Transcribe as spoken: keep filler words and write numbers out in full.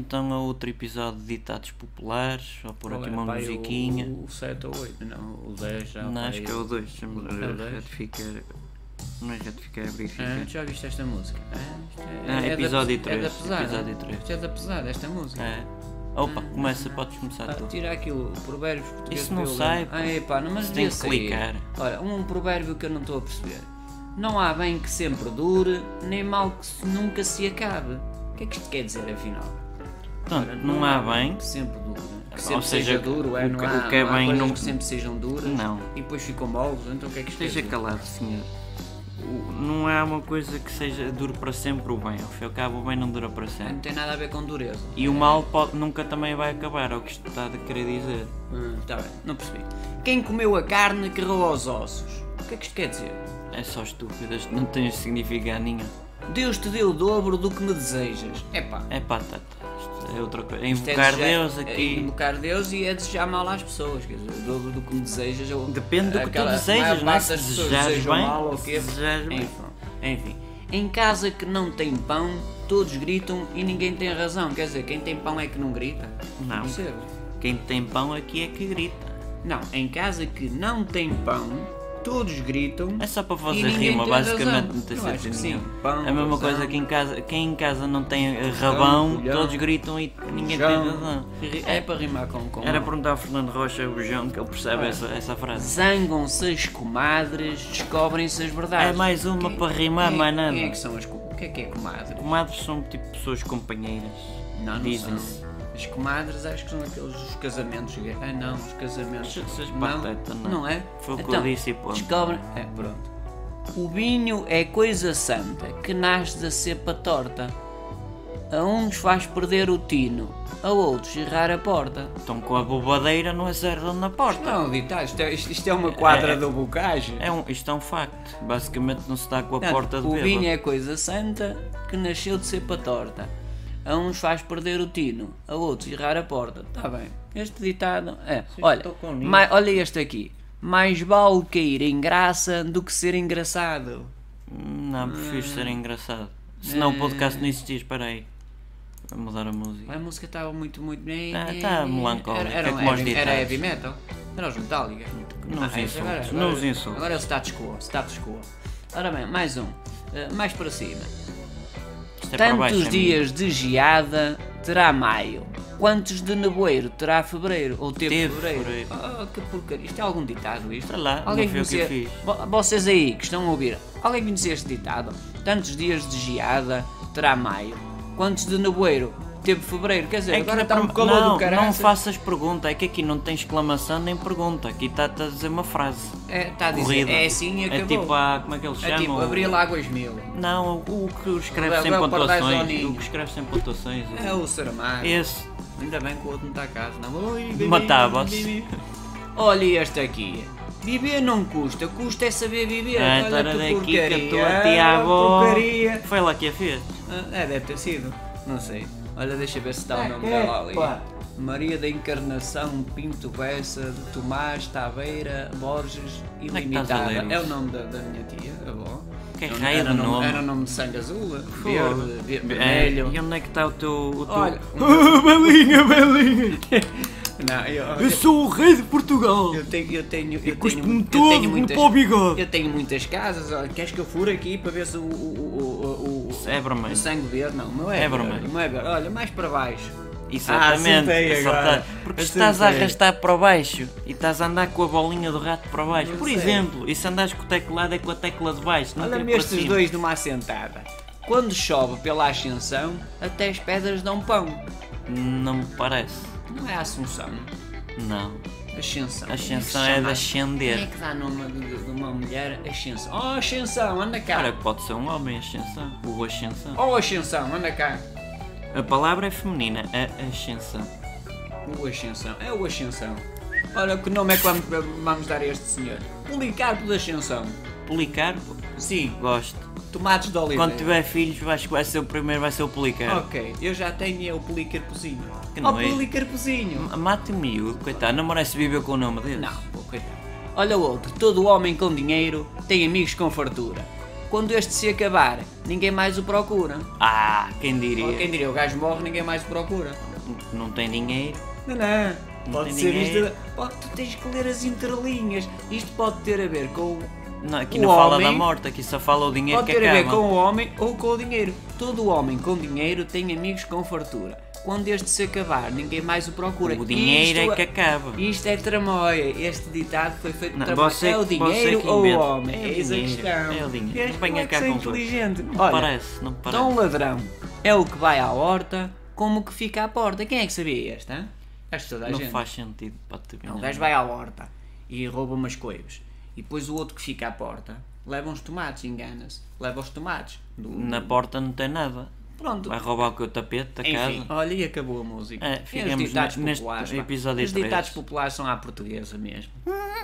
então a outro episódio de ditados populares, ou por aqui uma Pai, musiquinha. O, o sete ou oito, não, o dez já. Não, acho pai, que é o dois, é o dez? retificar. Não é retificar, é verificar. Ah, já viste esta música? Ah, isto é, Ah, é episódio da, três, É da pesada. episódio três. Isto é da pesada, esta música. É. Opa, começa, podes começar Ah, tu. tira aquilo, provérbios portugueses. Isso não pelo- sai, Ah, epá, não, mas Tem devia que sair. clicar. Olha, um provérbio que eu não estou a perceber. Não há bem que sempre dure, nem mal que se- nunca se acabe. O que é que isto quer dizer, afinal? Portanto, Ora, não há bem. que sempre dure. Que Ou sempre seja, seja duro, é, o não que- há, o que é não há bem coisas não- que sempre sejam duras Não. e depois ficam moles, então o que é que isto quer Esteja dizer? calado, senhor. O- Não há uma coisa que seja dure para sempre o bem. Ao fim e ao cabo, o bem não dura para Não sempre. tem nada a ver com dureza. E o mal pode, nunca também vai acabar, é o que isto está a querer dizer. Hum, tá bem, não percebi. Quem comeu a carne que roeu aos ossos. O que é que isto quer dizer? É só estúpidas, não tem significado nenhum. Deus te deu o dobro do que me desejas. Epá. É patata. Isto é outra coisa. É isto é invocar desejar- Deus É aqui. invocar Deus e é desejar mal às pessoas. Quer dizer, o dobro do que me desejas. Ou Depende do que tu aquela- desejas, a maior não é? parte Se das pessoas desejares desejam bem, mal ou se quê. desejares bem. Enfim, enfim. Em casa que não tem pão, todos gritam e ninguém tem razão. Quer dizer, quem tem pão é que não grita? Não. percebo. Quem tem pão aqui é que grita. Não, em casa que não tem pão, todos gritam. É só para E fazer ninguém rima, tem basicamente razão. não tem Eu acho sentido que nenhum. sim. Pão, É a mesma razão. coisa que em casa, quem em casa não tem eh, rabão, bujão. todos gritam e ninguém Bujão. tem razão. É para rimar com com. Era perguntar ao Fernando Rocha o bujão que ele percebe Ah. essa, essa frase. Zangam-se as comadres, descobrem-se as verdades. É mais uma para rimar, quem, mais nada. Quem é que são as comadres? O que é que é comadre? Comadres são tipo pessoas companheiras. Não, não Dizem-se. são. As comadres acho que são aqueles os casamentos gays. Ah não, os casamentos. Essas não, pateta, não. não é? Foi o que Então, eu disse e pronto. Descobrem. É, pronto. O vinho é coisa santa que nasce da cepa torta. A uns faz perder o tino, a outros errar a porta. Estão com a bobadeira não acertam na porta. Não, ditado, isto é, isto, isto é uma quadra É- do bocage. É um, isto é um facto. Basicamente não se está com a Portanto, porta de o bêbado. vinho é coisa santa que nasceu de cepa torta. A uns faz perder o tino, a outros errar a porta. Está bem. Este ditado é. Olha, estou com nisso. mai- olha este aqui. Mais vale cair em graça do que ser engraçado. Não, prefiro ser engraçado. Senão o podcast não existia, espera aí. Vai mudar a música. A música estava muito, muito bem. Ah, tá melancólica, Era, era, é um como os heavy, era ditados. heavy metal. Era os Metallica. Não os Ah, insultes, agora- não os agora- insultes. Agora é o status quo. Status quo. Ora bem, mais um. Eh, mais para cima. Isto é para Tantos baixo, é dias de geada terá maio, quantos de nevoeiro terá fevereiro, ou teve, Teve fevereiro. fevereiro. Ah, que porcaria, isto é algum ditado isto? Para lá, alguém não foi o que eu conhecia- fiz. Vo- Vocês aí que estão a ouvir, alguém conhecia este ditado? Tantos dias de geada terá maio, quantos de nevoeiro teve fevereiro, quer dizer, É que agora na está um prim- calor não, do caralho. não faças pergunta, é que aqui não tem exclamação nem pergunta, aqui está-te a dizer uma frase. É, está a dizer, corrida. é assim e É acabou. tipo a, como é que eles É chamam? tipo, abril águas mil. Não, o, o que escreve Vai- sem vai para dar pontuações, zoninho. o que escreve sem pontuações. É o Saramago. Esse, Ainda bem que o outro não está a casa, não. Oi, bebê, matava-se. bebê. Olha este aqui. Viver não custa, custa é saber viver. Ah, Olha então era que daqui que porcaria. a tua tia Ah, avó porcaria. foi lá que a fez. Ah, é, deve ter sido. Não sei. Olha, deixa ver se está o Ah, nome é, dela ali. pá. Maria da Encarnação Pinto Bessa de Tomás Taveira Borges Onde é que estás a Ilimitada. ler É o isso? nome da, da minha tia, avó. Que Era- raio era de nome- nome. Era nome de sangue azul, Fogo. verde, ver- É, vermelho. e onde é que está o teu. O teu... Olha. Belinha, Belinha! Não, eu, Eu sou o rei de Portugal! Eu tenho, eu tenho, eu tenho, cuspo-me eu todo tenho no muitas, pó ao bigode. eu tenho muitas casas. Olha, queres que eu fure aqui para ver se o, o, o, o, o, É vermelho. o sangue verde? Não, não é, É verde, vermelho. não é verde. Olha, mais para baixo. Exatamente, acertei acertar. agora. Porque se estás a Acertei. arrastar para baixo e estás a andar com a bolinha do rato para baixo, Não por sei. exemplo, e se andares com o teclado é com a tecla de baixo, não Olha-me tem para estes cima. dois numa assentada. Quando chove pela Ascensão, até as pedras dão pão. Não me parece. Não é Assunção, Não. Ascensão. Ascensão Como é que de se chama? Quem é ascender. que dá nome de, de uma mulher Ascensão? Oh, Ascensão, anda cá. Cara, pode ser um homem, ascensão. O ascensão. Oh, Ascensão, anda cá. A palavra é feminina, a ascensão. O Ascensão, é o Ascensão. Olha, que nome é que vamos, vamos dar a este senhor? Policarpo da Ascensão. Policarpo? Sim, Gosto. tomates de oliveira. Quando tiver filhos, vais que vai ser o primeiro, vai ser o Policarpo. Ok, eu já tenho o Policarpozinho. Que Oh, nojo. Policarpozinho. Mate o miúdo, coitado, não merece viver com o nome dele. Não, pô, coitado. Olha o outro, todo homem com dinheiro tem amigos com fartura. quando este se acabar, ninguém mais o procura. Ah, quem diria? Quem diria, o gajo morre, ninguém mais o procura. Não tem dinheiro. Não, não. Não Pode tem ser dinheiro. isto. Pode, tu tens que ler as entrelinhas. Isto pode ter a ver com. Não, aqui O não fala homem- da morte, aqui só fala o dinheiro Pode que ter a ver acaba. com o homem ou com o dinheiro. Todo homem com dinheiro tem amigos com fartura. Quando este se acabar, ninguém mais o procura. O dinheiro Isto é que acaba. Isto é tramóia. Este ditado foi feito de Não, tramóia. você- É o você dinheiro que ou o inventa. homem? É o Eis a dinheiro, questão. é o dinheiro. Este Não venha moleque cá é com coisas. inteligente. Não Olha, parece, não parece. tão ladrão é o que vai à horta como o que fica à porta. Quem é que sabia este, hein? Acho que toda a Não gente. faz sentido para te Não, o gajo vai à horta e rouba umas coivas. E depois o outro que fica à porta leva uns tomates, engana-se. Leva os tomates. Do- Na porta não tem nada. Pronto. Vai roubar o que o tapete da Enfim, casa. olha e acabou a música. É, E os ficamos ditados neste populares, pá. episódio Os ditados três. populares são à portuguesa mesmo.